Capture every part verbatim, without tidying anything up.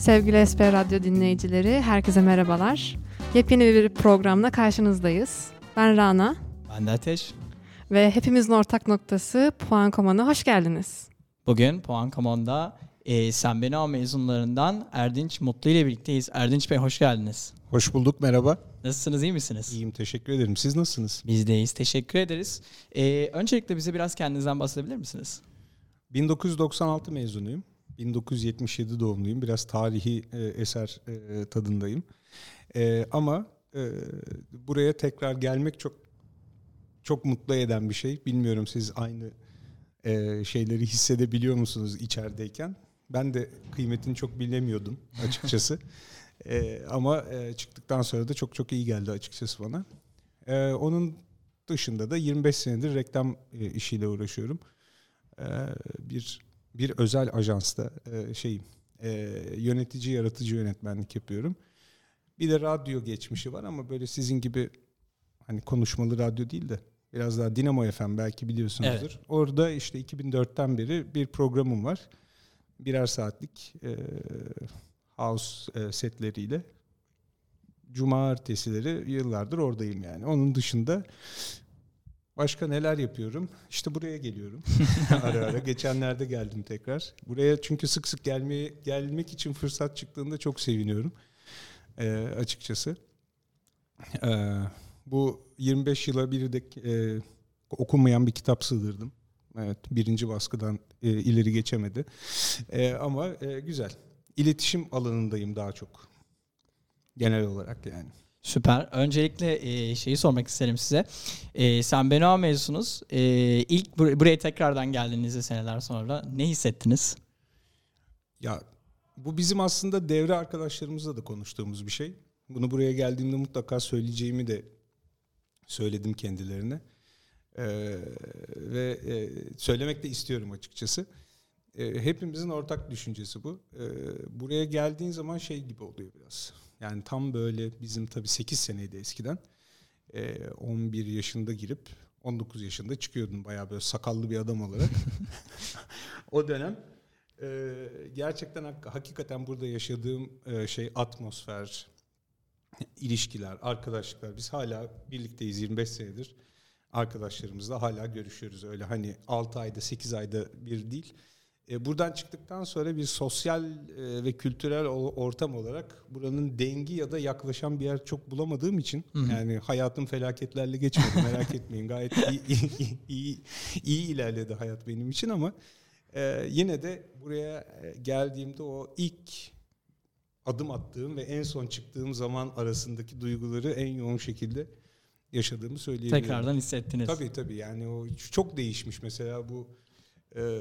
Sevgili S P Radyo dinleyicileri, herkese merhabalar. Yepyeni bir programla karşınızdayız. Ben Rana. Ben de Ateş. Ve hepimizin ortak noktası Puan Koman'a hoş geldiniz. Bugün Puan Koman'da e, Sen Beni Al mezunlarından Erdinç Mutlu ile birlikteyiz. Erdinç Bey hoş geldiniz. Hoş bulduk, merhaba. Nasılsınız, iyi misiniz? İyiyim, teşekkür ederim. Siz nasılsınız? Biz de iyiyiz, teşekkür ederiz. E, öncelikle bize biraz kendinizden bahsedebilir misiniz? bin dokuz yüz doksan altı mezunuyum. bin dokuz yüz yetmiş yedi doğumluyum. Biraz tarihi e, eser e, tadındayım. E, ama e, buraya tekrar gelmek çok çok mutlu eden bir şey. Bilmiyorum siz aynı e, şeyleri hissedebiliyor musunuz içerideyken? Ben de kıymetini çok bilemiyordum açıkçası. e, ama e, çıktıktan sonra da çok çok iyi geldi açıkçası bana. E, onun dışında da yirmi beş senedir reklam e, işiyle uğraşıyorum. E, bir bir özel ajansta e, şeyim e, yönetici yaratıcı yönetmenlik yapıyorum. Bir de radyo geçmişi var ama böyle sizin gibi hani konuşmalı radyo değil de biraz daha Dinamo F M belki biliyorsunuzdur. Evet. Orada işte iki bin dörtten beri bir programım var. Birer saatlik e, house e, setleriyle. Cumartesileri yıllardır oradayım yani. Onun dışında başka neler yapıyorum? İşte buraya geliyorum ara ara. Geçenlerde geldim tekrar. Buraya çünkü sık sık gelmeye gelmek için fırsat çıktığında çok seviniyorum e, açıkçası. E, bu yirmi beş yıla bir de e, okunmayan bir kitap sığdırdım. Evet, birinci baskıdan e, ileri geçemedi. E, ama e, güzel. İletişim alanındayım daha çok. Genel olarak yani. Süper. Öncelikle e, şeyi sormak isterim size. E, Sen Beni Al mezunuz. E, ilk bur- buraya tekrardan geldiğinizde seneler sonra ne hissettiniz? Ya bu bizim aslında devre arkadaşlarımızla da konuştuğumuz bir şey. Bunu buraya geldiğimde mutlaka söyleyeceğimi de söyledim kendilerine. Ee, ve e, söylemek de istiyorum açıkçası. E, hepimizin ortak düşüncesi bu. E, buraya geldiğin zaman şey gibi oluyor biraz. Yani tam böyle bizim tabii sekiz seneydi eskiden. E, on bir yaşında girip on dokuz yaşında çıkıyordun bayağı böyle sakallı bir adam olarak. O dönem e, gerçekten hakikaten burada yaşadığım e, şey atmosfer, ilişkiler, arkadaşlıklar. Biz hala birlikteyiz yirmi beş senedir. Arkadaşlarımızla hala görüşüyoruz. Öyle hani altı ayda sekiz ayda bir değil. E, buradan çıktıktan sonra bir sosyal e, ve kültürel ortam olarak buranın dengi ya da yaklaşan bir yer çok bulamadığım için Hı-hı. yani hayatım felaketlerle geçmedi merak etmeyin. Gayet iyi, iyi, iyi, iyi ilerledi hayat benim için ama e, yine de buraya geldiğimde o ilk adım attığım ve en son çıktığım zaman arasındaki duyguları en yoğun şekilde yaşadığımı söyleyebilirim. Tekrardan hissettiniz. Tabii tabii yani o çok değişmiş mesela bu e,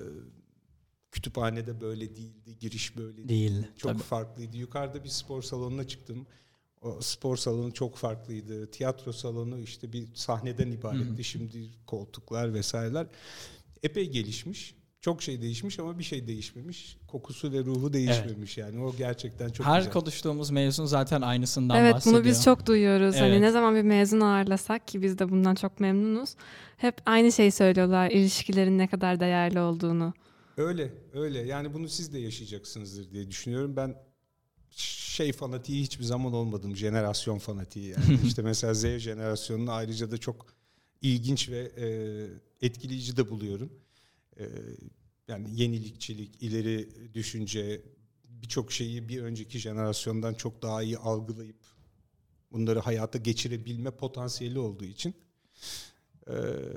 kütüphanede böyle değildi, giriş böyle değildi. Değil. Çok tabii. farklıydı. Yukarıda bir spor salonuna çıktım. O spor salonu çok farklıydı. Tiyatro salonu işte bir sahneden ibaretti. Hı-hı. Şimdi koltuklar vesaireler epey gelişmiş. Çok şey değişmiş ama bir şey değişmemiş. Kokusu ve ruhu değişmemiş evet. Yani. O gerçekten çok Her güzel. Her konuştuğumuz mezun zaten aynısından evet, bahsediyor. Evet, bunu biz çok duyuyoruz. Evet. Hani ne zaman bir mezun ağırlasak ki biz de bundan çok memnunuz. Hep aynı şeyi söylüyorlar. İlişkilerin ne kadar değerli olduğunu. Öyle, öyle. Yani bunu siz de yaşayacaksınızdır diye düşünüyorum. Ben şey fanatiği hiçbir zaman olmadım. Jenerasyon fanatiği yani. İşte mesela Z jenerasyonunu ayrıca da çok ilginç ve e, etkileyici de buluyorum. E, yani yenilikçilik, ileri düşünce, birçok şeyi bir önceki jenerasyondan çok daha iyi algılayıp bunları hayata geçirebilme potansiyeli olduğu için e,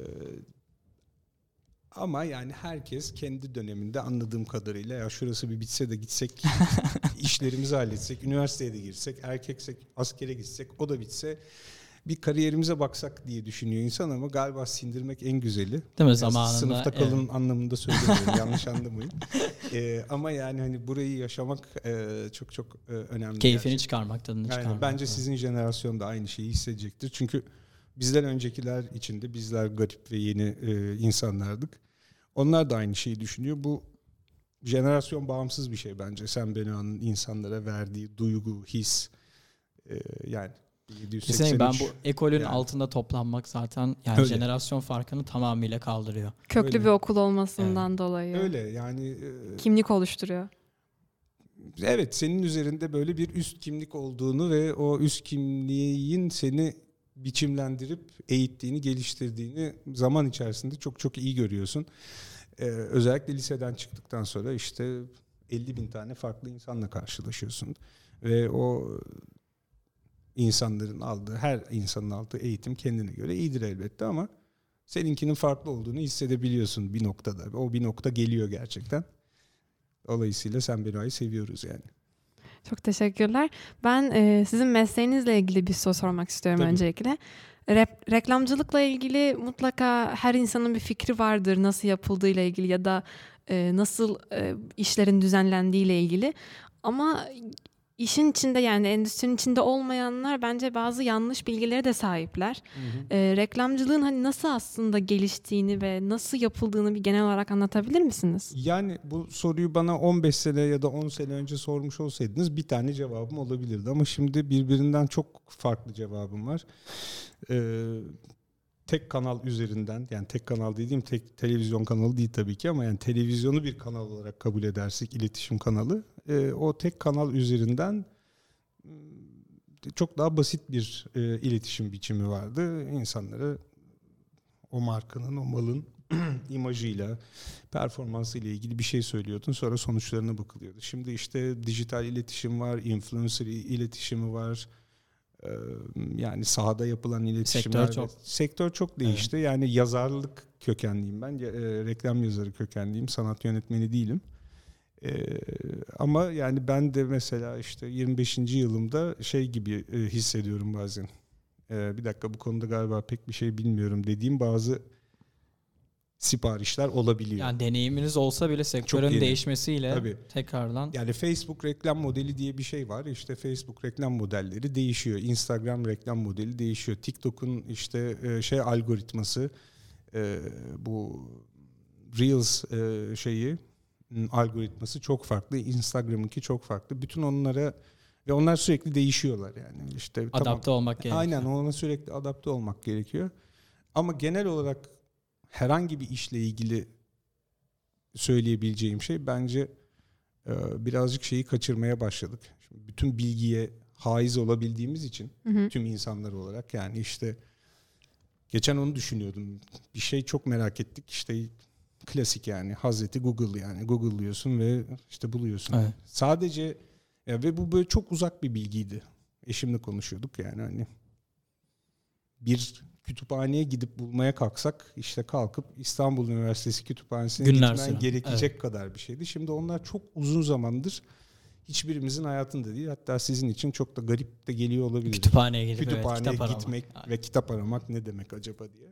ama yani herkes kendi döneminde anladığım kadarıyla ya şurası bir bitse de gitsek, işlerimizi halletsek, üniversiteye de girsek, erkeksek askere gitsek, o da bitse bir kariyerimize baksak diye düşünüyor insan ama galiba sindirmek en güzeli. Değil mi zamanında? Sınıfta kalın evet. anlamında söylemiyorum, yanlış anlamayın. Ee, ama yani hani burayı yaşamak e, çok çok e, önemli. Keyfini gerçekten. çıkarmak, tadını yani çıkarmak. Bence sizin jenerasyon da aynı şeyi hissedecektir. Çünkü bizden öncekiler içinde bizler garip ve yeni e, insanlardık. Onlar da aynı şeyi düşünüyor. Bu jenerasyon bağımsız bir şey bence. Sen Beni Al'ın insanlara verdiği duygu, his e, yani yedi yüz seksen üç. Kesinlikle ben bu ekolün yani. altında toplanmak zaten yani Öyle. jenerasyon farkını tamamıyla kaldırıyor. Köklü Öyle. bir okul olmasından evet. dolayı. Öyle yani. E, Kimlik oluşturuyor. evet, senin üzerinde böyle bir üst kimlik olduğunu ve o üst kimliğin seni biçimlendirip eğittiğini, geliştirdiğini zaman içerisinde çok çok iyi görüyorsun. Ee, özellikle liseden çıktıktan sonra işte elli bin tane farklı insanla karşılaşıyorsun ve o insanların aldığı, her insanın aldığı eğitim kendine göre iyidir elbette ama seninkinin farklı olduğunu hissedebiliyorsun bir noktada. O bir nokta geliyor gerçekten. Dolayısıyla Sen Benoa'yı seviyoruz yani. Çok teşekkürler. Ben e, sizin mesleğinizle ilgili bir soru sormak istiyorum Tabii. öncelikle. Rep, reklamcılıkla ilgili mutlaka her insanın bir fikri vardır nasıl yapıldığıyla ilgili ya da e, nasıl e, işlerin düzenlendiğiyle ilgili. Ama işin içinde, yani endüstrinin içinde olmayanlar bence bazı yanlış bilgilere de sahipler. Hı hı. E, reklamcılığın hani nasıl aslında geliştiğini ve nasıl yapıldığını bir genel olarak anlatabilir misiniz? Yani bu soruyu bana on beş sene ya da on sene önce sormuş olsaydınız bir tane cevabım olabilirdi. Ama şimdi birbirinden çok farklı cevabım var. Ee, tek kanal üzerinden, yani tek kanal dediğim tek televizyon kanalı değil tabii ki ama yani televizyonu bir kanal olarak kabul edersek, iletişim kanalı. Ee, o tek kanal üzerinden çok daha basit bir e, iletişim biçimi vardı. İnsanlara o markanın, o malın imajıyla, performansıyla ilgili bir şey söylüyordun. Sonra sonuçlarına bakılıyordu. Şimdi işte dijital iletişim var, influencer iletişimi var. Ee, yani sahada yapılan iletişimler. Sektör çok. Sektör çok değişti. Evet. Yani yazarlık kökenliyim ben. E, reklam yazarı kökenliyim. Sanat yönetmeni değilim. Ee, ama yani ben de mesela işte yirmi beşinci yılımda şey gibi e, hissediyorum bazen. Ee, bir dakika, bu konuda galiba pek bir şey bilmiyorum dediğim bazı siparişler olabiliyor. Yani deneyiminiz olsa bile sektörün değişmesiyle Tabii. tekrardan. Yani Facebook reklam modeli diye bir şey var. İşte Facebook reklam modelleri değişiyor. Instagram reklam modeli değişiyor. TikTok'un işte şey algoritması, bu Reels şeyi algoritması çok farklı. Instagram'ınki çok farklı. Bütün onlara ve onlar sürekli değişiyorlar yani. İşte adapte tamam, olmak gerekiyor. Aynen, ona sürekli adapte olmak gerekiyor. Ama genel olarak herhangi bir işle ilgili söyleyebileceğim şey bence e, birazcık şeyi kaçırmaya başladık. Şimdi bütün bilgiye haiz olabildiğimiz için hı hı. tüm insanlar olarak, yani işte geçen onu düşünüyordum. Bir şey çok merak ettik. İşte klasik yani Hazreti Google, yani Google'lıyorsun ve işte buluyorsun. Evet. Sadece ya ve bu böyle çok uzak bir bilgiydi. Eşimle konuşuyorduk yani hani bir kütüphaneye gidip bulmaya kalksak işte kalkıp İstanbul Üniversitesi Kütüphanesi'ne Günler gitmen sonra. gerekecek Evet. kadar bir şeydi. Şimdi onlar çok uzun zamandır hiçbirimizin hayatında değil. Hatta sizin için çok da garip de geliyor olabilir. Kütüphaneye gidip Kütüphaneye evet, kitap gitmek aramak. ve kitap aramak ne demek acaba diye.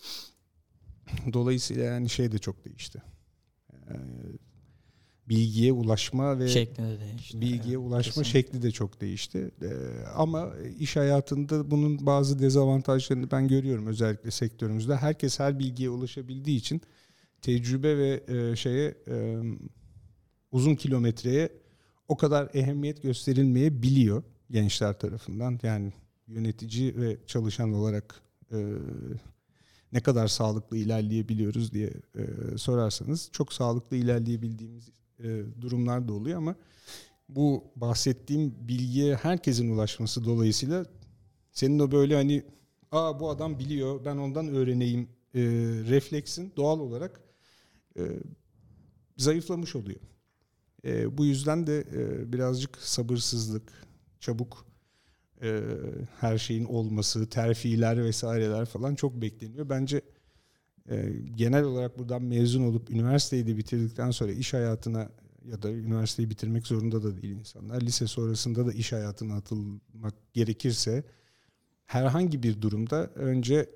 Dolayısıyla yani şey de çok değişti. Ee, bilgiye ulaşma ve şekli de değişti. bilgiye evet, ulaşma kesinlikle. şekli de çok değişti. Ee, ama iş hayatında bunun bazı dezavantajlarını ben görüyorum, özellikle sektörümüzde. Herkes her bilgiye ulaşabildiği için tecrübe ve e, şeye e, uzun kilometreye o kadar ehemmiyet gösterilmeyebiliyor gençler tarafından. Yani yönetici ve çalışan olarak e, ne kadar sağlıklı ilerleyebiliyoruz diye e, sorarsanız çok sağlıklı ilerleyebildiğimiz e, durumlar da oluyor ama bu bahsettiğim bilgiye herkesin ulaşması dolayısıyla senin o böyle hani aa bu adam biliyor ben ondan öğreneyim e, refleksin doğal olarak e, zayıflamış oluyor. E, bu yüzden de e, birazcık sabırsızlık, çabuk e, her şeyin olması, terfiler vesaireler falan çok bekleniyor. Bence e, genel olarak buradan mezun olup üniversiteyi de bitirdikten sonra iş hayatına ya da üniversiteyi bitirmek zorunda da değil insanlar. Lise sonrasında da iş hayatına atılmak gerekirse herhangi bir durumda önce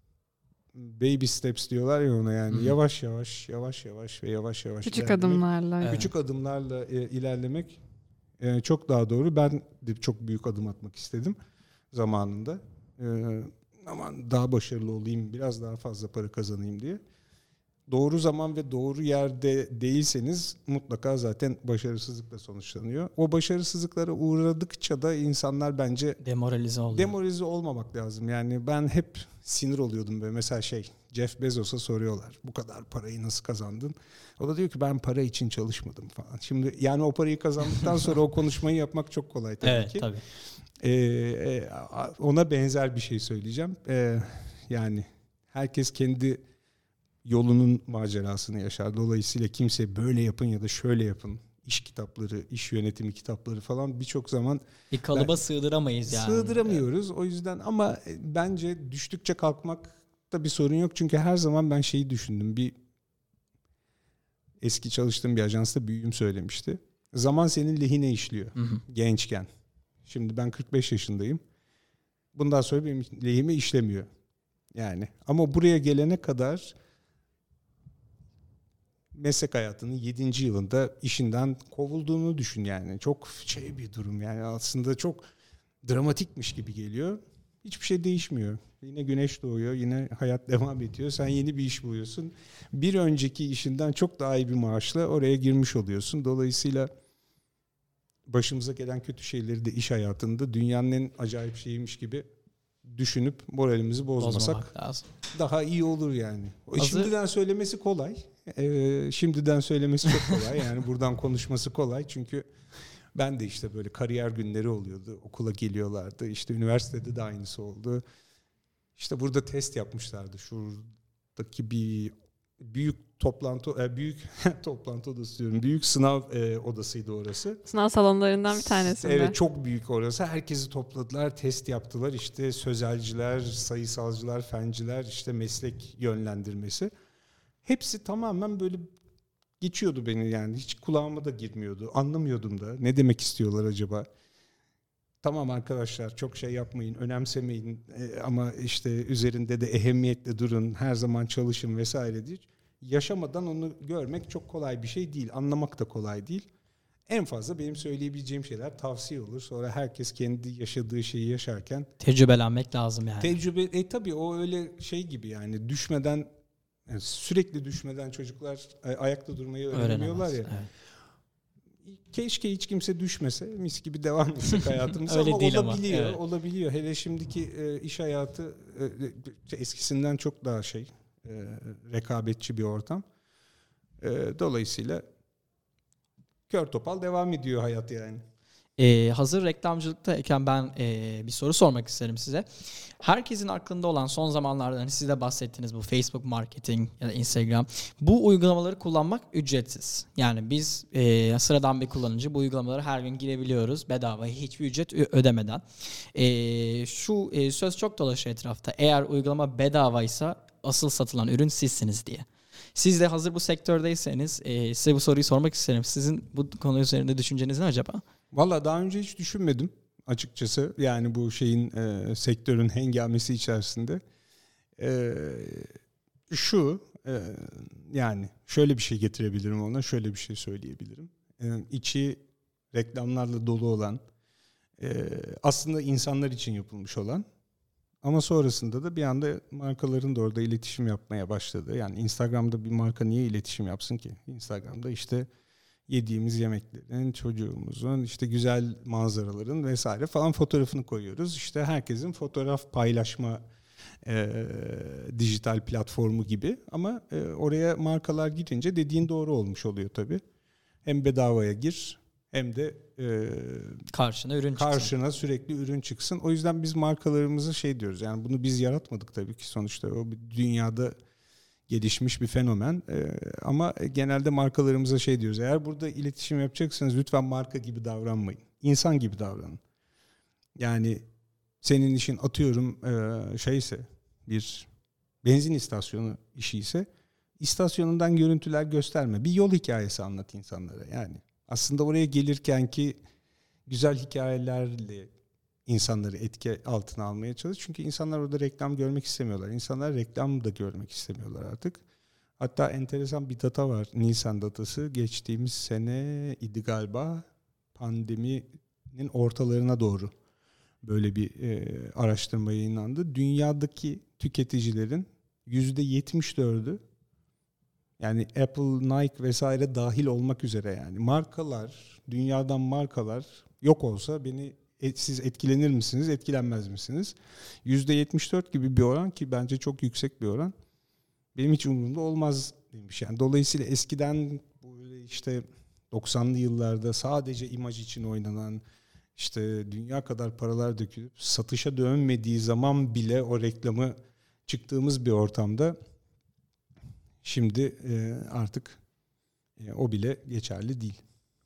baby steps diyorlar ya ona, yani hmm. yavaş yavaş yavaş yavaş ve yavaş yavaş küçük ilerlemek. adımlarla. Evet. Küçük adımlarla e, ilerlemek e, çok daha doğru. Ben de çok büyük adım atmak istedim zamanında. E, ama daha başarılı olayım, biraz daha fazla para kazanayım diye. doğru zaman ve doğru yerde değilseniz mutlaka zaten başarısızlıkla sonuçlanıyor. O başarısızlıklara uğradıkça da insanlar bence demoralize oluyor. Demoralize olmamak lazım. Yani ben hep sinir oluyordum böyle. Mesela şey, Jeff Bezos'a soruyorlar. Bu kadar parayı nasıl kazandın? O da diyor ki ben para için çalışmadım falan. Şimdi yani o parayı kazandıktan sonra o konuşmayı yapmak çok kolay tabii evet, ki. Tabii. Ee, ona benzer bir şey söyleyeceğim. Ee, yani herkes kendi yolunun macerasını yaşar. Dolayısıyla kimse böyle yapın ya da şöyle yapın. İş kitapları, iş yönetimi kitapları falan birçok zaman bir kalıba ben, sığdıramayız yani. Sığdıramıyoruz. O yüzden ama bence düştükçe kalkmakta bir sorun yok. Çünkü her zaman ben şeyi düşündüm. Bir eski çalıştığım bir ajansta büyüğüm söylemişti. Zaman senin lehine işliyor. Hı hı. Gençken. Şimdi ben kırk beş yaşındayım. Bundan sonra benim lehime işlemiyor. Yani ama buraya gelene kadar meslek hayatının yedinci yılında işinden kovulduğunu düşün yani. Çok şey bir durum yani, aslında çok dramatikmiş gibi geliyor. Hiçbir şey değişmiyor. Yine güneş doğuyor, yine hayat devam ediyor. Sen yeni bir iş buluyorsun. Bir önceki işinden çok daha iyi bir maaşla oraya girmiş oluyorsun. Dolayısıyla başımıza gelen kötü şeyleri de iş hayatında dünyanın en acayip şeyiymiş gibi düşünüp moralimizi bozmasak daha iyi olur yani. Hazır. Şimdiden söylemesi kolay. Ee, şimdiden söylemesi çok kolay. Yani buradan konuşması kolay. Çünkü ben de işte böyle kariyer günleri oluyordu. Okula geliyorlardı. İşte üniversitede de aynısı oldu. İşte burada test yapmışlardı. Şuradaki bir büyük toplantı, büyük toplantı odası diyorum. Büyük sınav e, odasıydı orası. Sınav salonlarından bir tanesinde. Evet, çok büyük orası. Herkesi topladılar, test yaptılar. İşte sözelciler, sayısalcılar, fenciler, işte meslek yönlendirmesi. Hepsi tamamen böyle geçiyordu beni yani. Hiç kulağıma da girmiyordu. Anlamıyordum da. Ne demek istiyorlar acaba? Tamam arkadaşlar, çok şey yapmayın, önemsemeyin e, ama işte üzerinde de ehemmiyetle durun, her zaman çalışın vesaire diye. Yaşamadan onu görmek çok kolay bir şey değil, anlamak da kolay değil. En fazla benim söyleyebileceğim şeyler tavsiye olur. Sonra herkes kendi yaşadığı şeyi yaşarken tecrübelenmek lazım yani. Tecrübe, e tabii o öyle şey gibi yani, düşmeden, yani sürekli düşmeden çocuklar ayakta durmayı öğrenemiyorlar ya. Evet. Keşke hiç kimse düşmese, mis gibi devam etsek hayatımız ama olabiliyor, ama, evet. olabiliyor. Hele şimdiki e, iş hayatı e, eskisinden çok daha şey, e, rekabetçi bir ortam. E, dolayısıyla kör topal devam ediyor hayat yani. Ee, hazır reklamcılıktayken ben e, bir soru sormak isterim size. Herkesin aklında olan son zamanlarda, hani siz de bahsettiniz, bu Facebook marketing ya da Instagram, bu uygulamaları kullanmak ücretsiz. Yani biz e, sıradan bir kullanıcı bu uygulamalara her gün girebiliyoruz bedava, hiçbir ücret ödemeden. E, şu e, söz çok dolaşıyor etrafta, eğer uygulama bedavaysa asıl satılan ürün sizsiniz diye. Siz de hazır bu sektördeyseniz e, size bu soruyu sormak isterim. Sizin bu konu üzerinde düşünceniz ne acaba? Valla daha önce hiç düşünmedim açıkçası. Yani bu şeyin e, sektörün hengamesi içerisinde. E, şu e, yani şöyle bir şey getirebilirim ona, şöyle bir şey söyleyebilirim. E, içi reklamlarla dolu olan, e, aslında insanlar için yapılmış olan, ama sonrasında da bir anda markaların da orada iletişim yapmaya başladı. Yani Instagram'da bir marka niye iletişim yapsın ki? Instagram'da işte yediğimiz yemeklerin, çocuğumuzun, işte güzel manzaraların vesaire falan fotoğrafını koyuyoruz. İşte herkesin fotoğraf paylaşma e, dijital platformu gibi. Ama e, oraya markalar girince dediğin doğru olmuş oluyor tabii. Hem bedavaya gir, hem de e, karşına ürün karşına çıksın. sürekli ürün çıksın. O yüzden biz markalarımızı şey diyoruz. Yani bunu biz yaratmadık tabii ki, sonuçta o dünyada gelişmiş bir fenomen. Ee, ama genelde markalarımıza şey diyoruz. Eğer burada iletişim yapacaksanız lütfen marka gibi davranmayın. İnsan gibi davranın. Yani senin işin, atıyorum e, şeyse, bir benzin istasyonu işi ise istasyonundan görüntüler gösterme. Bir yol hikayesi anlat insanlara. Yani aslında oraya gelirken ki güzel hikayelerle insanları etki altına almaya çalış. Çünkü insanlar orada reklam görmek istemiyorlar. İnsanlar reklam da görmek istemiyorlar artık. Hatta enteresan bir data var. Nisan datası. Geçtiğimiz sene idi galiba. Pandeminin ortalarına doğru böyle bir e, araştırma yayınlandı. Dünyadaki tüketicilerin yüzde yetmiş dördü Yani Apple, Nike vesaire dahil olmak üzere yani markalar, dünyadan markalar yok olsa beni et, siz etkilenir misiniz, etkilenmez misiniz? yüzde yetmiş dört gibi bir oran ki bence çok yüksek bir oran. Benim hiç umurumda olmaz demiş. Yani dolayısıyla eskiden böyle işte doksanlı yıllarda sadece imaj için oynanan, işte dünya kadar paralar dökülüp satışa dönmediği zaman bile o reklamı çıktığımız bir ortamda şimdi e, artık e, o bile geçerli değil.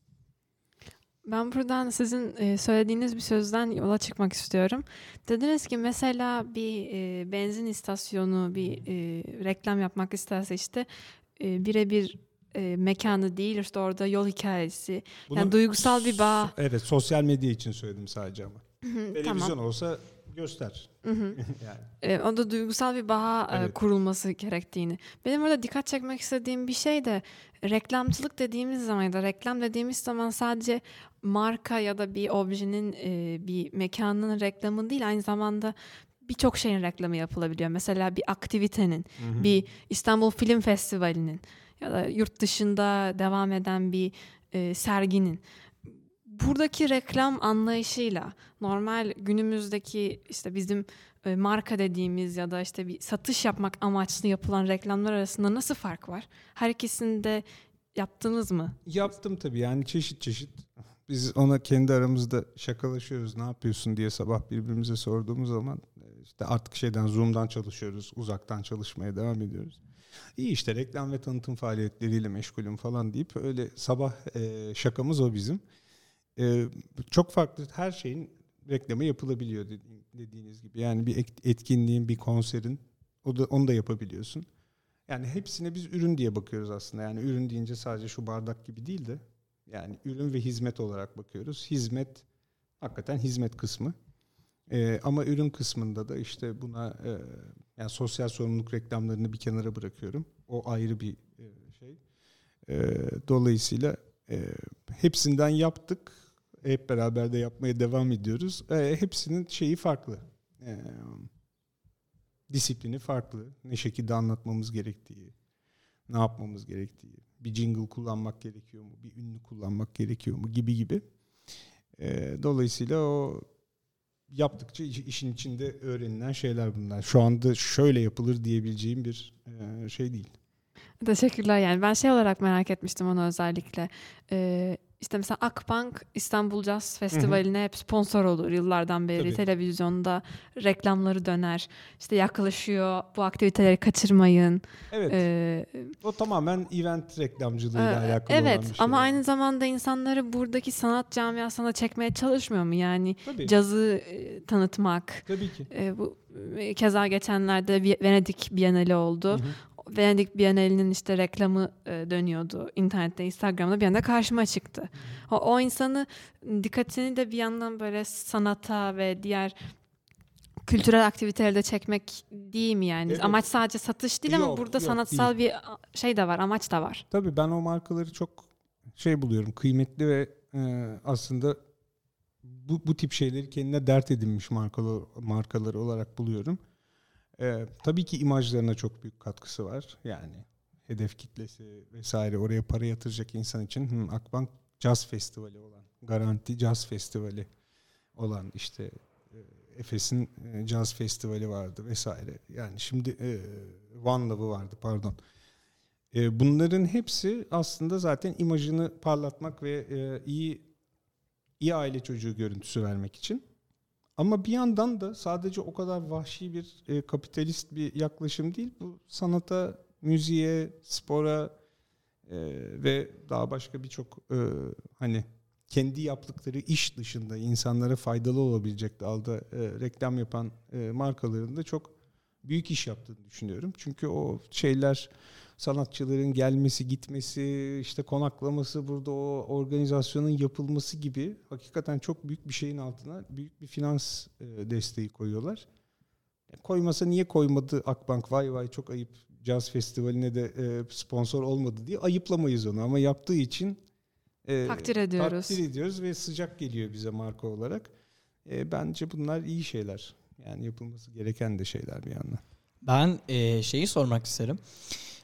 Ben buradan sizin e, söylediğiniz bir sözden yola çıkmak istiyorum. Dediniz ki mesela bir e, benzin istasyonu bir e, reklam yapmak isterse işte e, birebir e, mekanı değil, işte orada yol hikayesi. Bunu yani duygusal bir bağ. So- evet, sosyal medya için söyledim sadece ama. Televizyon Tamam. olsa göster. yani. E, o da duygusal bir bağ e, Evet. kurulması gerektiğini. Benim orada dikkat çekmek istediğim bir şey de reklamcılık dediğimiz zaman ya da reklam dediğimiz zaman sadece marka ya da bir objenin, e, bir mekanın reklamı değil, aynı zamanda birçok şeyin reklamı yapılabiliyor. Mesela bir aktivitenin, Hı-hı. bir İstanbul Film Festivali'nin ya da yurt dışında devam eden bir e, serginin. Buradaki reklam anlayışıyla normal günümüzdeki işte bizim e, marka dediğimiz ya da işte bir satış yapmak amaçlı yapılan reklamlar arasında nasıl fark var? Her ikisini de yaptınız mı? Yaptım tabii, yani çeşit çeşit. Biz ona kendi aramızda şakalaşıyoruz, ne yapıyorsun diye sabah birbirimize sorduğumuz zaman işte artık şeyden, Zoom'dan çalışıyoruz, uzaktan çalışmaya devam ediyoruz. İyi işte reklam ve tanıtım faaliyetleriyle meşgulüm falan deyip öyle sabah e, şakamız o bizim. E, çok farklı her şeyin reklamı yapılabiliyor dediğin, dediğiniz gibi. Yani bir etkinliğin, bir konserin o da, onu da yapabiliyorsun. Yani hepsine biz ürün diye bakıyoruz aslında. Yani ürün deyince sadece şu bardak gibi değil de yani ürün ve hizmet olarak bakıyoruz. Hizmet hakikaten hizmet kısmı. Ee, ama ürün kısmında da işte buna e, yani sosyal sorumluluk reklamlarını bir kenara bırakıyorum. O ayrı bir e, şey. E, dolayısıyla e, hepsinden yaptık. Hep beraber de yapmaya devam ediyoruz. E, hepsinin şeyi farklı. E, disiplini farklı. Ne şekilde anlatmamız gerektiği, ne yapmamız gerektiği, bir jingle kullanmak gerekiyor mu, bir ünlü kullanmak gerekiyor mu gibi gibi. E, dolayısıyla o yaptıkça işin içinde öğrenilen şeyler bunlar. Şu anda şöyle yapılır diyebileceğim bir e, şey değil. Teşekkürler. Yani ben şey olarak merak etmiştim onu özellikle. Ee, işte mesela Akbank İstanbul Jazz Festivali'ne hep sponsor olur yıllardan beri. Tabii. Televizyonda reklamları döner. İşte yaklaşıyor, bu aktiviteleri kaçırmayın. Evet. Ee, O tamamen event reklamcılığıyla Ee, alakalı evet, olan bir şey. ama yani. aynı zamanda insanları buradaki sanat camiasına çekmeye çalışmıyor mu? Yani Tabii. cazı e, tanıtmak. Tabii ki. E, bu e, keza geçenlerde bir Venedik Bienali oldu. Hı hı. Venedik Bienali'nin işte reklamı e, dönüyordu internette, Instagram'da, bir anda karşıma çıktı. O, o insanı dikkatini de bir yandan böyle sanata ve diğer kültürel aktivitelere de çekmek değil mi yani? Evet. Amaç sadece satış değil ama Yok, burada yok, sanatsal bir şey de var, amaç da var. Tabii ben o markaları çok şey buluyorum, kıymetli ve e, aslında bu bu tip şeyleri kendine dert edinmiş markalar markaları olarak buluyorum. E, tabii ki imajlarına çok büyük katkısı var. Yani hedef kitlesi vesaire, oraya para yatıracak insan için hı, Akbank Jazz Festivali olan, Garanti Jazz Festivali olan, işte e, Efes'in e, Jazz Festivali vardı vesaire. Yani şimdi e, One Love'ı vardı, pardon. E, bunların hepsi aslında zaten imajını parlatmak ve e, iyi iyi aile çocuğu görüntüsü vermek için. Ama bir yandan da sadece o kadar vahşi bir e, kapitalist bir yaklaşım değil. Bu sanata, müziğe, spora e, ve daha başka birçok e, hani kendi yaptıkları iş dışında insanlara faydalı olabilecek dalda e, reklam yapan e, markaların da çok büyük iş yaptığını düşünüyorum. Çünkü o şeyler, sanatçıların gelmesi, gitmesi, işte konaklaması, burada o organizasyonun yapılması gibi hakikaten çok büyük bir şeyin altına büyük bir finans e, desteği koyuyorlar. E, koymasa niye koymadı Akbank, vay vay çok ayıp, Jazz Festivali'ne de e, sponsor olmadı diye ayıplamayız onu, ama yaptığı için e, Takdir ediyoruz. Takdir ediyoruz ve sıcak geliyor bize marka olarak. E, bence bunlar iyi şeyler. Yani yapılması gereken de şeyler bir yandan. Ben e, şeyi sormak isterim.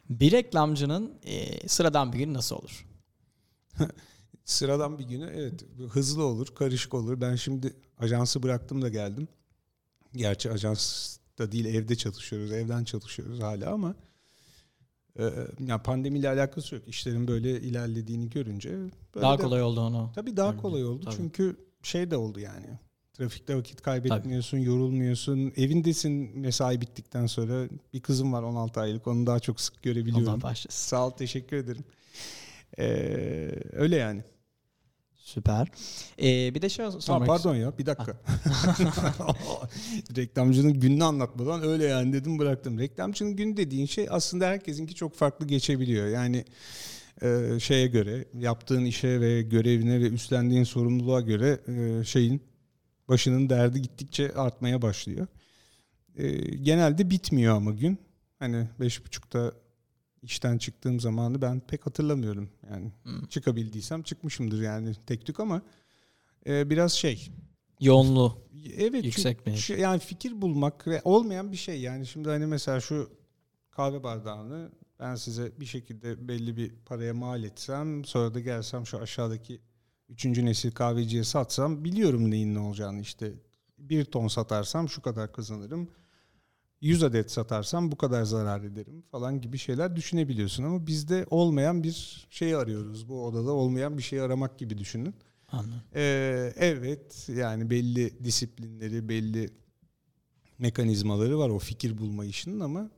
Bir reklamcının e, sıradan bir gün nasıl olur? Sıradan bir günü evet hızlı olur, karışık olur. Ben şimdi ajansı bıraktım da geldim. Gerçi ajansta değil evde çalışıyoruz, evden çalışıyoruz hala ama e, yani pandemiyle alakası yok. İşlerin böyle ilerlediğini görünce böyle Daha de, kolay olduğunu. Tabii daha Tabii, kolay oldu tabii. Çünkü şey de oldu yani. Trafikte vakit kaybetmiyorsun, tabii. yorulmuyorsun. Evindesin mesai bittikten sonra. Bir kızım var on altı aylık. Onu daha çok sık görebiliyorum. Allah başlasın. Sağ ol, teşekkür ederim. Ee, öyle yani. Süper. Ee, bir de şey sormak ha, Pardon ya bir dakika. Reklamcının gününü anlatmadan öyle yani dedim bıraktım. Reklamcının günü dediğin şey aslında herkesinki çok farklı geçebiliyor. Yani e, şeye göre, yaptığın işe ve görevine ve üstlendiğin sorumluluğa göre e, şeyin başının derdi gittikçe artmaya başlıyor. E, genelde bitmiyor ama gün. Hani beş buçukta işten çıktığım zamanı ben pek hatırlamıyorum. Yani hmm. çıkabildiysem çıkmışımdır yani tek tük ama e, biraz şey. Yoğunluğu. Evet. Yüksek mi? Yani fikir bulmak ve olmayan bir şey. Yani şimdi hani mesela şu kahve bardağını ben size bir şekilde belli bir paraya mal etsem sonra da gelsem şu aşağıdaki üçüncü nesil kahveciye satsam biliyorum neyin ne olacağını işte. Bir ton satarsam şu kadar kazanırım. yüz adet satarsam bu kadar zarar ederim falan gibi şeyler düşünebiliyorsun ama bizde olmayan bir şey arıyoruz. Bu odada olmayan bir şey aramak gibi düşünün. Anladım. Ee, evet yani belli disiplinleri, belli mekanizmaları var o fikir bulma işinin ama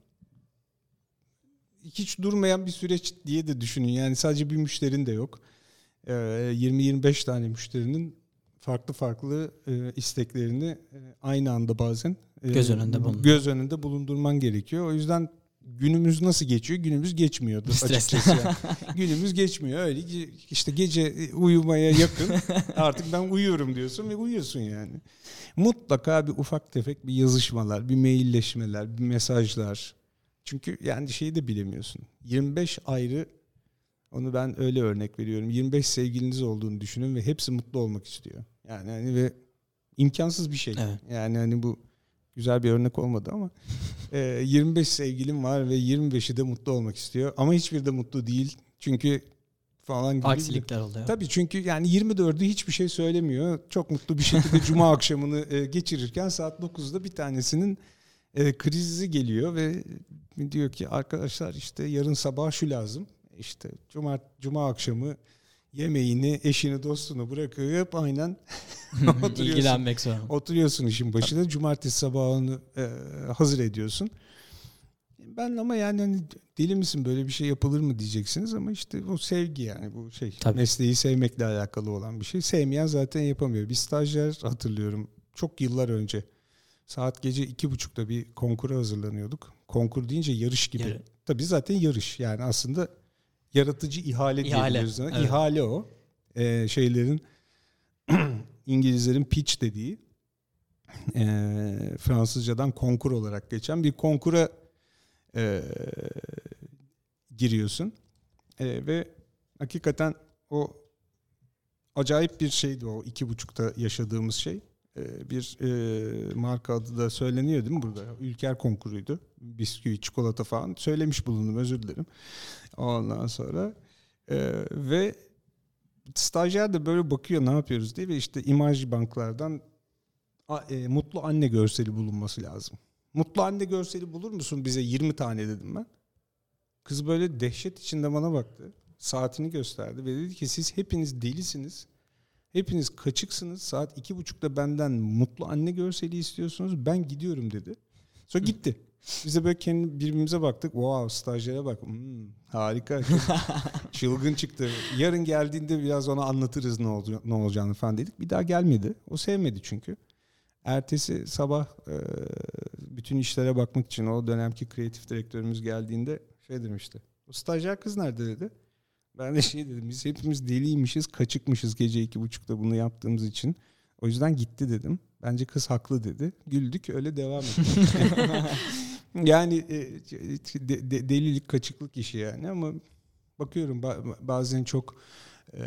hiç durmayan bir süreç diye de düşünün. Yani sadece bir müşterin de yok. Ee, yirmi yirmi beş tane müşterinin farklı farklı e, isteklerini e, aynı anda bazen e, göz önünde bulundur. göz önünde bulundurman gerekiyor. O yüzden günümüz nasıl geçiyor? Günümüz geçmiyordu açıkçası. Yani. Günümüz geçmiyor. Öyle işte gece uyumaya yakın artık ben uyuyorum diyorsun ve uyuyorsun yani. Mutlaka bir ufak tefek bir yazışmalar, bir mailleşmeler, bir mesajlar. Çünkü yani şeyi de bilemiyorsun. yirmi beş ayrı Onu ben öyle örnek veriyorum. yirmi beş sevgiliniz olduğunu düşünün ve hepsi mutlu olmak istiyor. Yani hani ve imkansız bir şey. Evet. Yani hani bu güzel bir örnek olmadı ama e, yirmi beş sevgilim var ve yirmi beşi de mutlu olmak istiyor. Ama hiçbiri de mutlu değil. Çünkü falan gibi. Aksilikler oluyor. Tabii çünkü yani yirmi dördü hiçbir şey söylemiyor. Çok mutlu bir şekilde cuma akşamını e, geçirirken saat dokuzda bir tanesinin e, krizi geliyor ve diyor ki arkadaşlar işte yarın sabah şu lazım. İşte cuma, cuma akşamı yemeğini, eşini, dostunu bırakıp aynen ilgilenmek zorunda. Oturuyorsun işin başında. Cumartesi sabahını e, hazır ediyorsun. Ben ama yani hani deli misin böyle bir şey yapılır mı diyeceksiniz ama işte o sevgi yani bu şey. Tabii. Mesleği sevmekle alakalı olan bir şey. Sevmeyen zaten yapamıyor. Bir stajyer hatırlıyorum çok yıllar önce. Saat gece iki buçukta bir konkura hazırlanıyorduk. Konkur deyince yarış gibi. Yarı. Tabii zaten yarış yani aslında yaratıcı ihale, ihale. diyebiliriz. Evet. İhale o. Ee, şeylerin İngilizlerin pitch dediği e, Fransızcadan konkur olarak geçen bir konkura e, giriyorsun. E, ve hakikaten o acayip bir şeydi o iki buçukta yaşadığımız şey. E, bir e, marka adı da söyleniyor değil mi burada? Ülker konkuruydu. Bisküvi, çikolata falan. Söylemiş bulundum özür dilerim. Ondan sonra e, ve stajyer de böyle bakıyor ne yapıyoruz diye ve işte imaj banklardan e, mutlu anne görseli bulunması lazım. Mutlu anne görseli bulur musun bize yirmi tane dedim ben. Kız böyle dehşet içinde bana baktı. Saatini gösterdi ve dedi ki siz hepiniz delisiniz. Hepiniz kaçıksınız. Saat iki buçukta benden mutlu anne görseli istiyorsunuz. Ben gidiyorum dedi. Sonra gitti. Biz de böyle kendi birbirimize baktık. Wow, stajyere bak. Hmm, harika. Çılgın çıktı. Yarın geldiğinde biraz ona anlatırız ne, olca- ne olacağını falan dedik. Bir daha gelmedi. O sevmedi çünkü. Ertesi sabah e, bütün işlere bakmak için o dönemki kreatif direktörümüz geldiğinde şey demişti. O stajyer kız nerede dedi. Ben de şey dedim. Biz hepimiz deliymişiz, kaçıkmışız gece iki buçukta bunu yaptığımız için. O yüzden gitti dedim. Bence kız haklı dedi. Güldük öyle devam ettik. Yani e, de, de, delilik kaçıklık işi yani ama bakıyorum bazen çok e,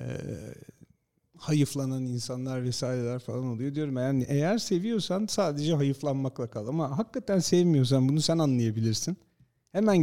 hayıflanan insanlar vesaireler falan oluyor. Diyorum yani eğer seviyorsan sadece hayıflanmakla kal ama hakikaten sevmiyorsan bunu sen anlayabilirsin. Hemen git.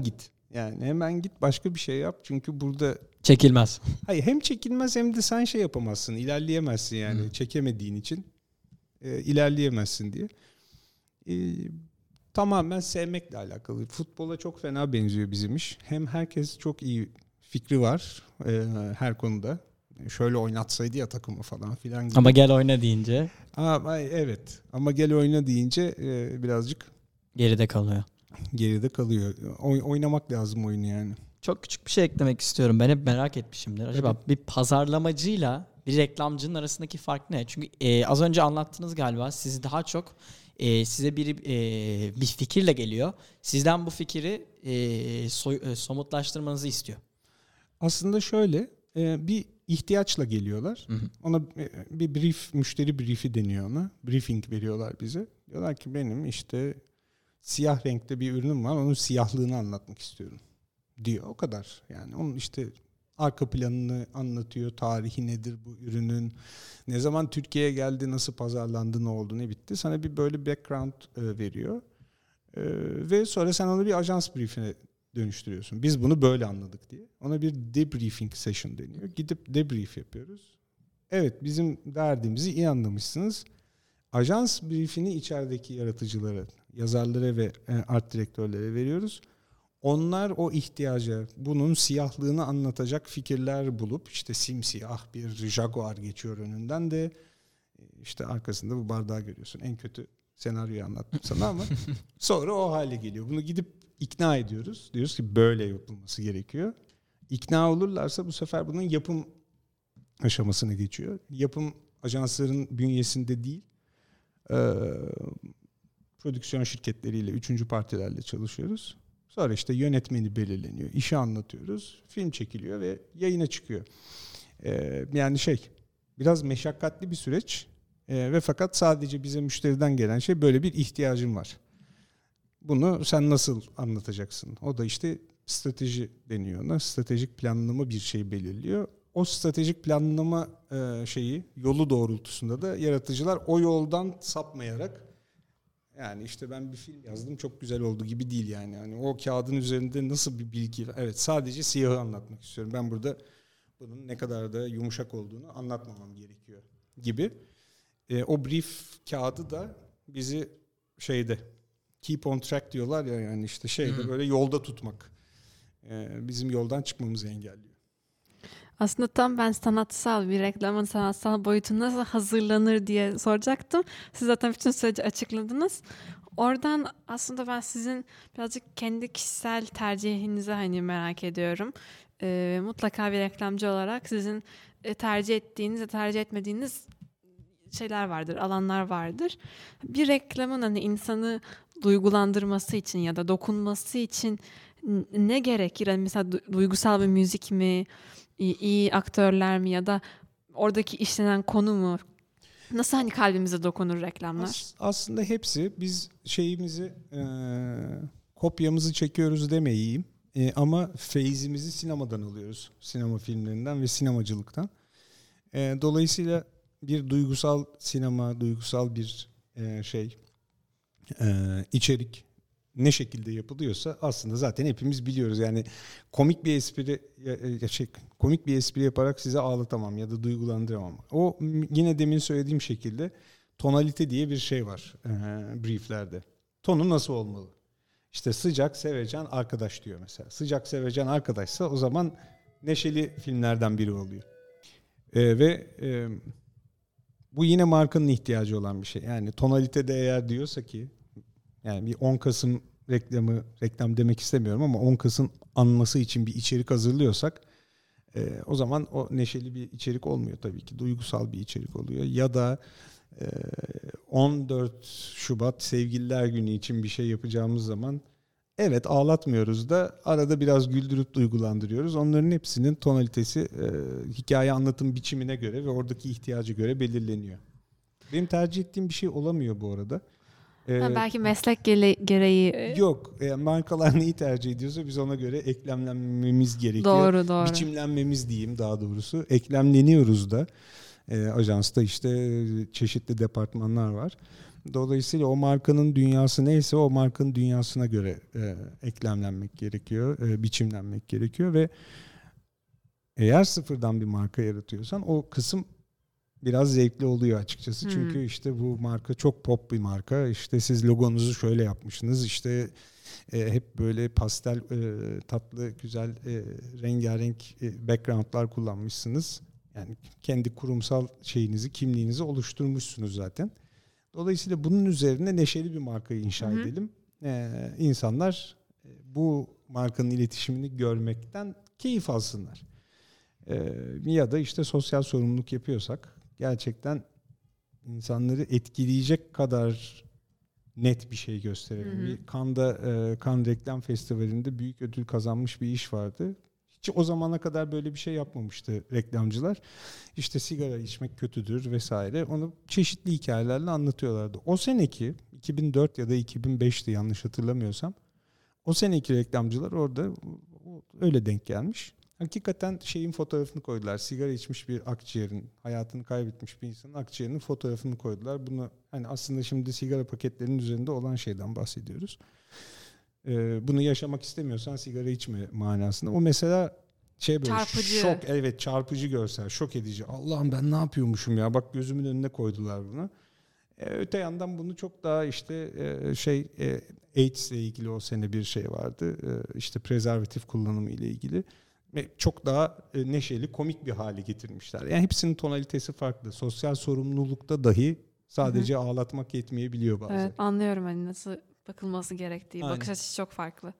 Yani hemen git başka bir şey yap. Çünkü burada çekilmez. Hayır, hem çekilmez hem de sen şey yapamazsın. İlerleyemezsin yani. Hmm. Çekemediğin için e, ilerleyemezsin diye. E, tamamen sevmekle alakalı. Futbola çok fena benziyor bizim iş. Hem herkes çok iyi fikri var e, her konuda. Şöyle oynatsaydı ya takımı falan filan gibi. Ama gel oyna deyince. Aa, evet. Ama gel oyna deyince e, birazcık geride kalıyor. Geride kalıyor. Oy, oynamak lazım oyunu yani. Çok küçük bir şey eklemek istiyorum. Ben hep merak etmişimdir. Acaba evet. bir pazarlamacıyla bir reklamcının arasındaki fark ne? Çünkü e, az önce anlattınız galiba. Siz daha çok e, size biri e, bir fikirle geliyor. Sizden bu fikri e, soy, e, somutlaştırmanızı istiyor. Aslında şöyle e, bir ihtiyaçla geliyorlar. Hı hı. Ona bir brief, müşteri briefi deniyor ona. Briefing veriyorlar bize. Diyorlar ki benim işte siyah renkte bir ürünüm var. Onun siyahlığını anlatmak istiyorum diyor. O kadar. Yani onun işte arka planını anlatıyor. Tarihi nedir bu ürünün? Ne zaman Türkiye'ye geldi? Nasıl pazarlandı? Ne oldu? Ne bitti? Sana bir böyle background e, veriyor. E, ve sonra sen onu bir ajans briefine dönüştürüyorsun. Biz bunu böyle anladık diye. Ona bir debriefing session deniyor. Gidip debrief yapıyoruz. Evet, bizim derdimizi iyi anlamışsınız. Ajans briefini içerideki yaratıcılara, yazarlara ve art direktörlere veriyoruz. Onlar o ihtiyaca, bunun siyahlığını anlatacak fikirler bulup, işte simsiyah bir Jaguar geçiyor önünden de işte arkasında bu bardağı görüyorsun. En kötü senaryoyu anlattım sana ama sonra o hale geliyor. Bunu gidip ikna ediyoruz. Diyoruz ki böyle yapılması gerekiyor. İkna olurlarsa bu sefer bunun yapım aşamasına geçiyor. Yapım ajansların bünyesinde değil, Ee, prodüksiyon şirketleriyle, üçüncü partilerle çalışıyoruz. Sonra işte yönetmeni belirleniyor, işi anlatıyoruz, film çekiliyor ve yayına çıkıyor. Ee, yani şey, biraz meşakkatli bir süreç ee, ve fakat sadece bize müşteriden gelen şey böyle bir ihtiyacın var. Bunu sen nasıl anlatacaksın? O da işte strateji deniyor ona. Stratejik planlama bir şey belirliyor. O stratejik planlama e, şeyi, yolu doğrultusunda da yaratıcılar o yoldan sapmayarak, yani işte ben bir film yazdım çok güzel oldu gibi değil yani. Yani o kağıdın üzerinde nasıl bir bilgi, evet sadece siyahı anlatmak istiyorum. Ben burada bunun ne kadar da yumuşak olduğunu anlatmamam gerekiyor gibi. E, o brief kağıdı da bizi şeyde keep on track diyorlar ya, yani işte şeyde hmm. böyle yolda tutmak. E, bizim yoldan çıkmamızı engelliyor. Aslında tam ben sanatsal bir reklamın sanatsal boyutu nasıl hazırlanır diye soracaktım. Siz zaten bütün süreci açıkladınız. Oradan aslında ben sizin birazcık kendi kişisel tercihinizi hani merak ediyorum. Ee, mutlaka bir reklamcı olarak sizin tercih ettiğiniz ve tercih etmediğiniz şeyler vardır, alanlar vardır. Bir reklamın hani insanı duygulandırması için ya da dokunması için ne gerekir? Yani mesela duygusal bir müzik mi? İyi, iyi aktörler mi ya da oradaki işlenen konu mu? Nasıl hani kalbimize dokunur reklamlar? As- aslında hepsi. Biz şeyimizi e, kopyamızı çekiyoruz demeyeyim e, ama feyzimizi sinemadan alıyoruz. Sinema filmlerinden ve sinemacılıktan. E, dolayısıyla bir duygusal sinema, duygusal bir e, şey e, içerik ne şekilde yapılıyorsa aslında zaten hepimiz biliyoruz. Yani komik bir espri şey, komik bir espri yaparak size ağlatamam ya da duygulandıramam. O yine demin söylediğim şekilde tonalite diye bir şey var e, brieflerde. Tonu nasıl olmalı? İşte sıcak, sevecen arkadaş diyor mesela. Sıcak, sevecen arkadaşsa o zaman neşeli filmlerden biri oluyor. E, ve e, bu yine markanın ihtiyacı olan bir şey. Yani tonalitede eğer diyorsa ki, yani bir on Kasım reklamı, reklam demek istemiyorum ama on Kasım anması için bir içerik hazırlıyorsak e, o zaman o neşeli bir içerik olmuyor tabii ki. Duygusal bir içerik oluyor. Ya da e, on dört Şubat Sevgililer Günü için bir şey yapacağımız zaman evet ağlatmıyoruz da arada biraz güldürüp duygulandırıyoruz. Onların hepsinin tonalitesi e, hikaye anlatım biçimine göre ve oradaki ihtiyacı göre belirleniyor. Benim tercih ettiğim bir şey olamıyor bu arada. Ha, belki meslek gere- gereği. Yok. Yani markalar neyi tercih ediyorsa biz ona göre eklemlenmemiz gerekiyor. Doğru doğru. Biçimlenmemiz diyeyim daha doğrusu. Eklemleniyoruz da. E, ajansta işte çeşitli departmanlar var. Dolayısıyla o markanın dünyası neyse o markanın dünyasına göre e, eklemlenmek gerekiyor, e, biçimlenmek gerekiyor ve eğer sıfırdan bir marka yaratıyorsan o kısım biraz zevkli oluyor açıkçası. Hmm. Çünkü işte bu marka çok pop bir marka. İşte siz logonuzu şöyle yapmışsınız. İşte e, hep böyle pastel e, tatlı güzel e, rengarenk e, backgroundlar kullanmışsınız. Yani kendi kurumsal şeyinizi, kimliğinizi oluşturmuşsunuz zaten. Dolayısıyla bunun üzerine neşeli bir markayı inşa Hı-hı. edelim. Ee, insanlar bu markanın iletişimini görmekten keyif alsınlar. Ee, ya da işte sosyal sorumluluk yapıyorsak gerçekten insanları etkileyecek kadar net bir şey gösterelim. Hı-hı. Bir Cannes'da e, Cannes Reklam Festivali'nde büyük ödül kazanmış bir iş vardı. Hiç o zamana kadar böyle bir şey yapmamıştı reklamcılar. İşte sigara içmek kötüdür vesaire. Onu çeşitli hikayelerle anlatıyorlardı. O seneki iki bin dört ya da iki bin beşti yanlış hatırlamıyorsam. O seneki reklamcılar orada öyle denk gelmiş. Hakikaten şeyin fotoğrafını koydular. Sigara içmiş bir akciğerin, hayatını kaybetmiş bir insanın akciğerinin fotoğrafını koydular. Bunu hani aslında şimdi sigara paketlerinin üzerinde olan şeyden bahsediyoruz. Bunu yaşamak istemiyorsan sigara içme manasında. O mesela şey böyle çarpıcı. Şok, evet çarpıcı görsel, şok edici. Allah'ım ben ne yapıyormuşum ya, bak gözümün önüne koydular bunu. Ee, öte yandan bunu çok daha işte e, şey e, AIDS ile ilgili o sene bir şey vardı. E, işte prezervatif kullanımı ile ilgili. Ve çok daha e, neşeli, komik bir hale getirmişler. Yani hepsinin tonalitesi farklı. Sosyal sorumlulukta dahi sadece Hı-hı. ağlatmak yetmeyebiliyor bazen. Evet, anlıyorum hani nasıl bakılması gerektiği. Aynen. Bakış açısı çok farklı.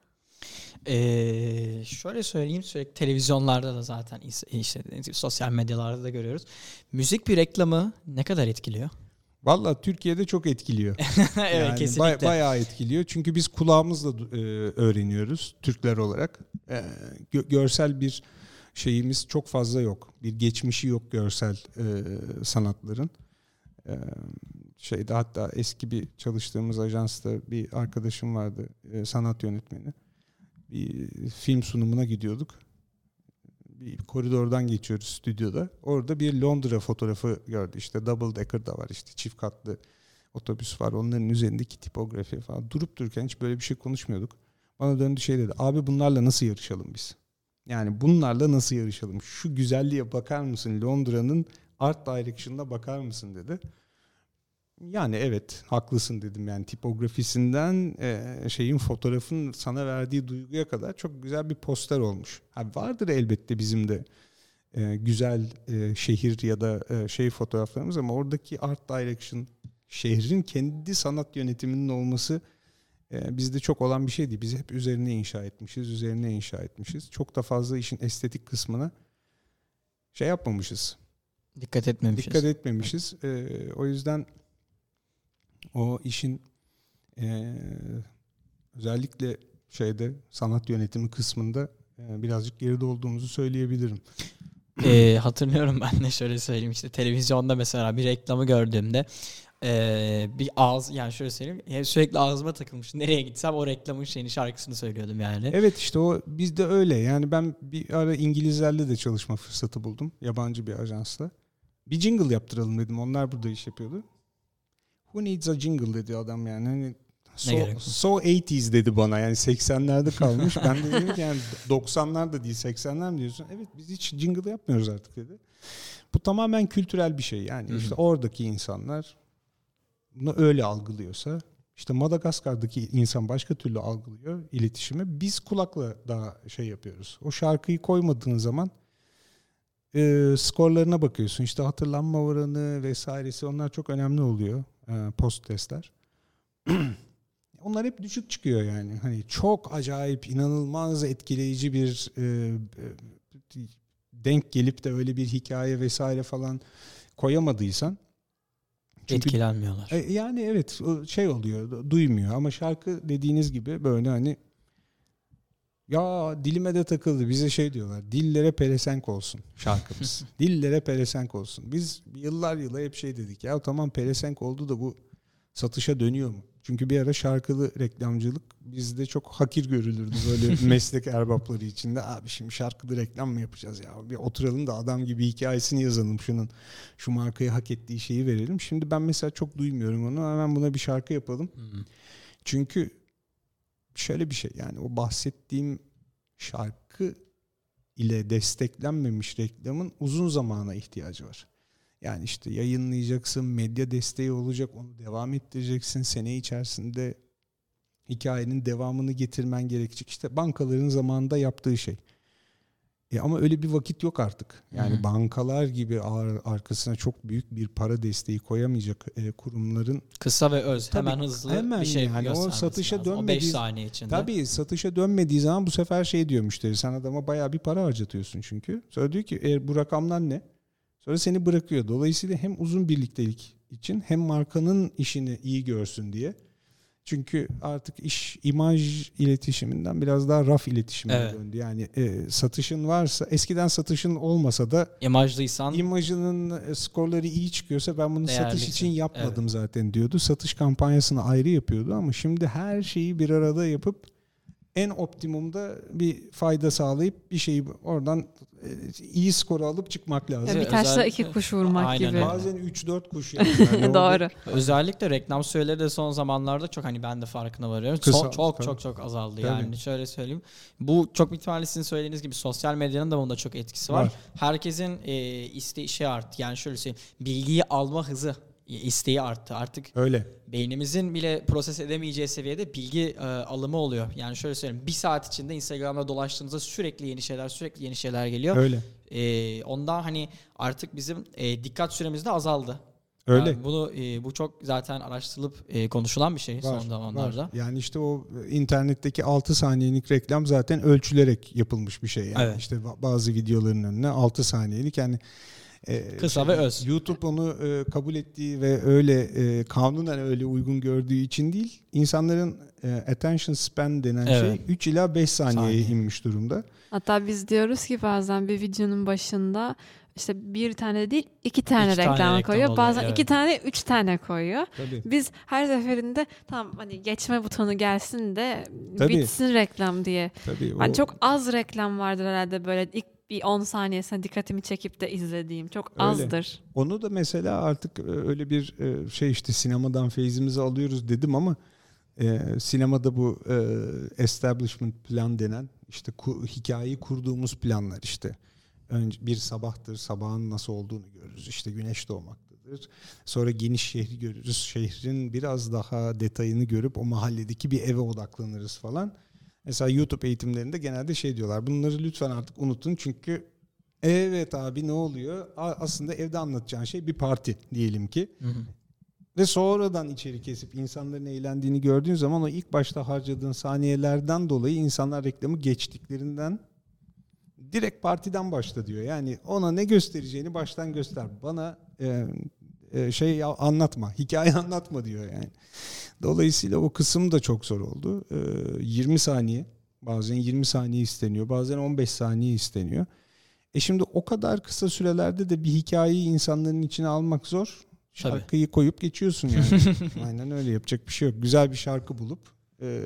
Ee, şöyle söyleyeyim, sürekli televizyonlarda da zaten işte sosyal medyalarda da görüyoruz. Müzik bir reklamı ne kadar etkiliyor? Vallahi Türkiye'de çok etkiliyor. Evet, yani kesinlikle. Bay, bayağı etkiliyor. Çünkü biz kulağımızla e, öğreniyoruz Türkler olarak. E, gö- görsel bir şeyimiz çok fazla yok. Bir geçmişi yok görsel e, sanatların. E, şeyde hatta eski bir çalıştığımız ajansta bir arkadaşım vardı, e, sanat yönetmeni. Bir film sunumuna gidiyorduk. Bir koridordan geçiyoruz stüdyoda. Orada bir Londra fotoğrafı gördü. İşte double decker da var, işte çift katlı otobüs var. Onların üzerindeki tipografi falan. Durup dururken hiç böyle bir şey konuşmuyorduk. Bana döndü şey dedi. Abi bunlarla nasıl yarışalım biz? Yani bunlarla nasıl yarışalım? Şu güzelliğe bakar mısın? Londra'nın art direction'ına bakar mısın dedi. Yani evet haklısın dedim. Yani tipografisinden e, şeyin fotoğrafın sana verdiği duyguya kadar çok güzel bir poster olmuş. Ha, vardır elbette bizim de e, güzel e, şehir ya da e, şey fotoğraflarımız ama oradaki art direction, şehrin kendi sanat yönetiminin olması e, bizde çok olan bir şey değil. Biz hep üzerine inşa etmişiz, üzerine inşa etmişiz. Çok da fazla işin estetik kısmına şey yapmamışız. Dikkat etmemişiz. Dikkat etmemişiz. E, o yüzden o işin e, özellikle şeyde sanat yönetimi kısmında e, birazcık geride olduğumuzu söyleyebilirim. E, hatırlıyorum ben de, şöyle söyleyeyim, işte televizyonda mesela bir reklamı gördüğümde e, bir ağız, yani şöyle söyleyeyim, sürekli ağzıma takılmış. Nereye gitsem o reklamın şeyini, şarkısını söylüyordum yani. Evet, işte o bizde öyle. Yani ben bir ara İngilizlerle de çalışma fırsatı buldum, yabancı bir ajansla. Bir jingle yaptıralım dedim. Onlar burada iş yapıyordu. Who needs a jingle dedi adam yani. Hani so, so eighties dedi bana, yani seksenlerde kalmış. Ben de dedim ki yani doksanlar da değil seksenler mi diyorsun? Evet, biz hiç jingle yapmıyoruz artık dedi. Bu tamamen kültürel bir şey yani. Hı-hı. İşte oradaki insanlar bunu öyle algılıyorsa, işte Madagaskar'daki insan başka türlü algılıyor iletişimi. Biz kulakla daha şey yapıyoruz. O şarkıyı koymadığın zaman e, skorlarına bakıyorsun. İşte hatırlanma oranı vesairesi, onlar çok önemli oluyor. Post testler. Onlar hep düşük çıkıyor yani. Hani çok acayip, inanılmaz etkileyici bir e, e, denk gelip de öyle bir hikaye vesaire falan koyamadıysan çünkü, etkilenmiyorlar. E, yani evet şey oluyor, duymuyor ama şarkı dediğiniz gibi böyle hani ya dilime de takıldı. Bize şey diyorlar. Dillere pelesenk olsun şarkımız. Dillere pelesenk olsun. Biz yıllar yıla hep şey dedik. Ya tamam pelesenk oldu da bu satışa dönüyor mu? Çünkü bir ara şarkılı reklamcılık bizde çok hakir görülürdü böyle meslek erbapları içinde. Abi şimdi şarkılı reklam mı yapacağız ya? Bir oturalım da adam gibi hikayesini yazalım şunun. Şu markaya hak ettiği şeyi verelim. Şimdi ben mesela çok duymuyorum onu. Hemen buna bir şarkı yapalım. Hı-hı. Çünkü şöyle bir şey, yani o bahsettiğim şarkı ile desteklenmemiş reklamın uzun zamana ihtiyacı var. Yani işte yayınlayacaksın, medya desteği olacak, onu devam ettireceksin. Sene içerisinde hikayenin devamını getirmen gerekecek. İşte bankaların zamanında yaptığı şey. E ama öyle bir vakit yok artık. Yani Hı-hı. bankalar gibi ar- arkasına çok büyük bir para desteği koyamayacak e, kurumların kısa ve öz, tabii, hemen hızlı hemen bir şey yani o satışa lazım. dönmediği, o beş saniye içinde. Tabii satışa dönmediği zaman bu sefer şey diyor müşteri, sen adama bayağı bir para harcatıyorsun çünkü. Sonra diyor ki e, bu rakamlar ne? Sonra seni bırakıyor. Dolayısıyla hem uzun birliktelik için hem markanın işini iyi görsün diye. Çünkü artık iş imaj iletişiminden biraz daha raf iletişime evet. döndü. Yani e, satışın varsa, eskiden satışın olmasa da imajlıysan, imajının skorları iyi çıkıyorsa ben bunu satış için yapmadım evet. zaten diyordu. Satış kampanyasını ayrı yapıyordu ama şimdi her şeyi bir arada yapıp en optimumda bir fayda sağlayıp bir şeyi oradan iyi skoru alıp çıkmak lazım. Ya bir taşla iki kuş vurmak Aynen gibi. Bazen üç dört kuş yani. yani Doğru. Özellikle reklam süreleri de son zamanlarda çok, hani ben de farkına varıyorum. Kısa, çok çok, çok çok azaldı tabii. Yani şöyle söyleyeyim. Bu çok ihtimalle sizin söylediğiniz gibi sosyal medyanın da bunda çok etkisi var. var. Herkesin e, isteği şey arttı. Yani şöyle söyleyeyim. Bilgiyi alma hızı, isteği arttı. Artık öyle. Beynimizin bile proses edemeyeceği seviyede bilgi e, alımı oluyor. Yani şöyle söyleyeyim, bir saat içinde Instagram'da dolaştığınızda sürekli yeni şeyler, sürekli yeni şeyler geliyor. Öyle. E, ondan hani artık bizim e, dikkat süremiz de azaldı. Öyle. Yani bunu e, bu çok zaten araştırılıp e, konuşulan bir şey var, son zamanlarda. Var. Yani işte o internetteki altı saniyelik reklam zaten ölçülerek yapılmış bir şey. Yani evet. işte bazı videoların önüne altı saniyelik, yani Ee, kısa ve öz. YouTube onu e, kabul ettiği ve öyle e, kanunen öyle uygun gördüğü için değil, insanların e, attention span denen evet. şey üç ila beş saniyeye Saniye. inmiş durumda. Hatta biz diyoruz ki bazen bir videonun başında işte bir tane değil iki tane iki reklam tane koyuyor. Reklam bazen oluyor, iki evet. tane üç tane koyuyor. Tabii. Biz her seferinde tamam hani geçme butonu gelsin de Tabii. bitsin reklam diye. Tabii, ben o... çok az reklam vardır herhalde böyle ilk bir on saniyesine dikkatimi çekip de izlediğim. Çok öyle. azdır. Onu da mesela artık öyle bir şey, işte sinemadan feyzimizi alıyoruz dedim ama e, sinemada bu e, establishment plan denen işte ku, hikayeyi kurduğumuz planlar, işte önce bir sabahtır, sabahın nasıl olduğunu görürüz, işte güneş doğmaktadır, sonra geniş şehri görürüz, şehrin biraz daha detayını görüp o mahalledeki bir eve odaklanırız falan. Mesela YouTube eğitimlerinde genelde şey diyorlar, bunları lütfen artık unutun çünkü evet abi ne oluyor, aslında evde anlatacağın şey bir parti diyelim ki. Hı hı. Ve sonradan içeri kesip insanların eğlendiğini gördüğün zaman o ilk başta harcadığın saniyelerden dolayı insanlar reklamı geçtiklerinden direkt partiden başla diyor. Yani ona ne göstereceğini baştan göster. Bana e, e, şey anlatma, hikaye anlatma diyor yani. Dolayısıyla o kısım da çok zor oldu. E, yirmi saniye, bazen yirmi saniye isteniyor, bazen on beş saniye isteniyor. E şimdi o kadar kısa sürelerde de bir hikayeyi insanların içine almak zor. Şarkıyı Tabii. koyup geçiyorsun yani. Aynen öyle, yapacak bir şey yok. Güzel bir şarkı bulup e,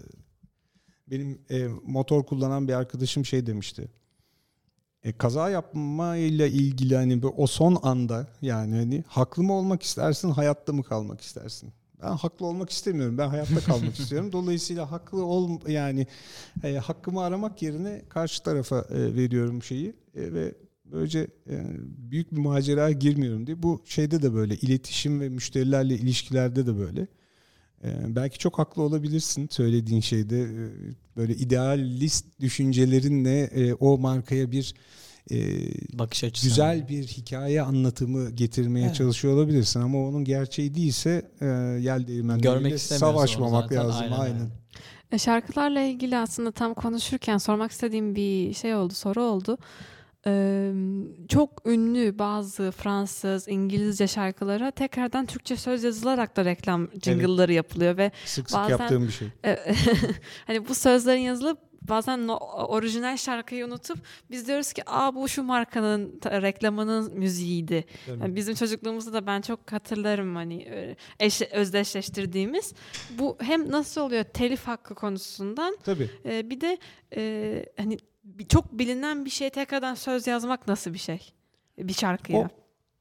benim e, motor kullanan bir arkadaşım şey demişti. E, kaza yapmayla ilgili hani o son anda, yani hani haklı mı olmak istersin, hayatta mı kalmak istersin? Ben haklı olmak istemiyorum. Ben hayatta kalmak istiyorum. Dolayısıyla haklı ol yani e, hakkımı aramak yerine karşı tarafa e, veriyorum şeyi e, ve böylece e, büyük bir maceraya girmiyorum diye. Bu şeyde de böyle, iletişim ve müşterilerle ilişkilerde de böyle. E, belki çok haklı olabilirsin söylediğin şeyde. E, böyle idealist düşüncelerinle e, o markaya bir e, bakış açısı, güzel bir hikaye anlatımı getirmeye evet. çalışıyor olabilirsin ama onun gerçeği değilse e, yel değirmenleriyle savaşmamak lazım. Aynen. Aynen. E, şarkılarla ilgili aslında tam konuşurken sormak istediğim bir şey oldu, soru oldu. Ee, çok ünlü bazı Fransız, İngilizce şarkılara tekrardan Türkçe söz yazılarak da reklam jingle'ları evet. yapılıyor ve sık sık bazen, yaptığım bir şey. hani bu sözlerin yazılıp bazen no, orijinal şarkıyı unutup biz diyoruz ki aa bu şu markanın ta, reklamının müziğiydi. Yani bizim çocukluğumuzda da ben çok hatırlarım hani eş, özdeşleştirdiğimiz. Bu hem nasıl oluyor telif hakkı konusundan. Tabii. E, bir de e, hani çok bilinen bir şeye tekrardan söz yazmak nasıl bir şey? Bir şarkıya. O,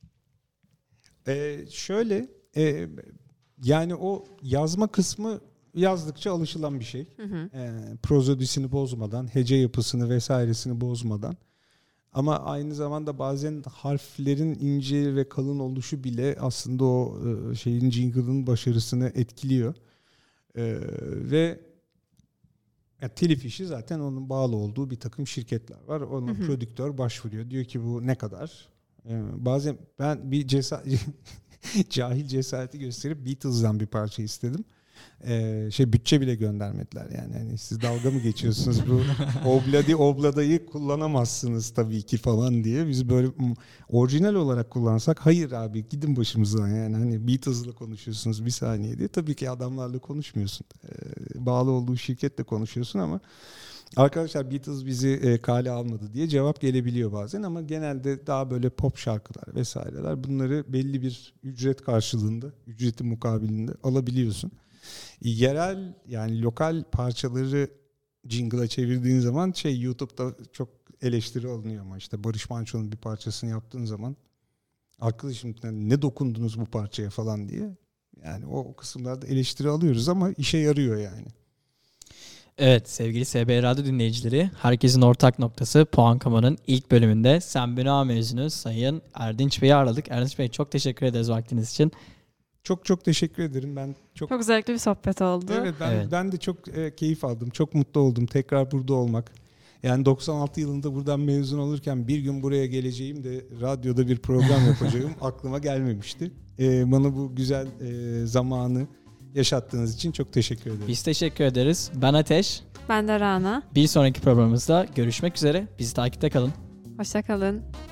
e, şöyle e, yani o yazma kısmı yazdıkça alışılan bir şey. Hı hı. E, prozodisini bozmadan, hece yapısını vesairesini bozmadan. Ama aynı zamanda bazen harflerin ince ve kalın oluşu bile aslında o e, şeyin jingle'ın başarısını etkiliyor. E, ve ya, telif işi zaten onun bağlı olduğu bir takım şirketler var. Ona hı hı. prodüktör başvuruyor. Diyor ki bu ne kadar? E, bazen ben bir cesaret cahil cesareti gösterip Beatles'dan bir parça istedim. Ee, şey bütçe bile göndermediler yani. Yani siz dalga mı geçiyorsunuz bu obladi obladayı kullanamazsınız tabii ki falan diye. Biz böyle orijinal olarak kullansak hayır abi gidin başımızdan yani. Hani Beatles'la konuşuyorsunuz bir saniye diye. Tabii ki adamlarla konuşmuyorsun. Ee, bağlı olduğu şirketle konuşuyorsun ama arkadaşlar Beatles bizi e, kale almadı diye cevap gelebiliyor bazen ama genelde daha böyle pop şarkılar vesaireler bunları belli bir ücret karşılığında, ücreti mukabilinde alabiliyorsun. Yerel yani lokal parçaları jingle'a çevirdiğin zaman şey YouTube'da çok eleştiri alınıyor ama işte Barış Manço'nun bir parçasını yaptığın zaman arkadaşım ne dokundunuz bu parçaya falan diye yani o kısımlarda eleştiri alıyoruz ama işe yarıyor yani. Evet sevgili S B Radyo dinleyicileri, herkesin ortak noktası Puankama'nın ilk bölümünde Sen Bina mezunu Sayın Erdinç Bey'i ağırladık. Erdinç Bey çok teşekkür ederiz vaktiniz için. Çok çok teşekkür ederim. Ben çok çok zevkli bir sohbet oldu. Evet ben evet. ben de çok e, keyif aldım. Çok mutlu oldum tekrar burada olmak. Yani doksan altı yılında buradan mezun olurken bir gün buraya geleceğim de radyoda bir program yapacağım aklıma gelmemişti. E, bana bu güzel e, zamanı yaşattığınız için çok teşekkür ederim. Biz teşekkür ederiz. Ben Ateş. Ben de Rana. Bir sonraki programımızda görüşmek üzere. Bizi takipte kalın. Hoşça kalın.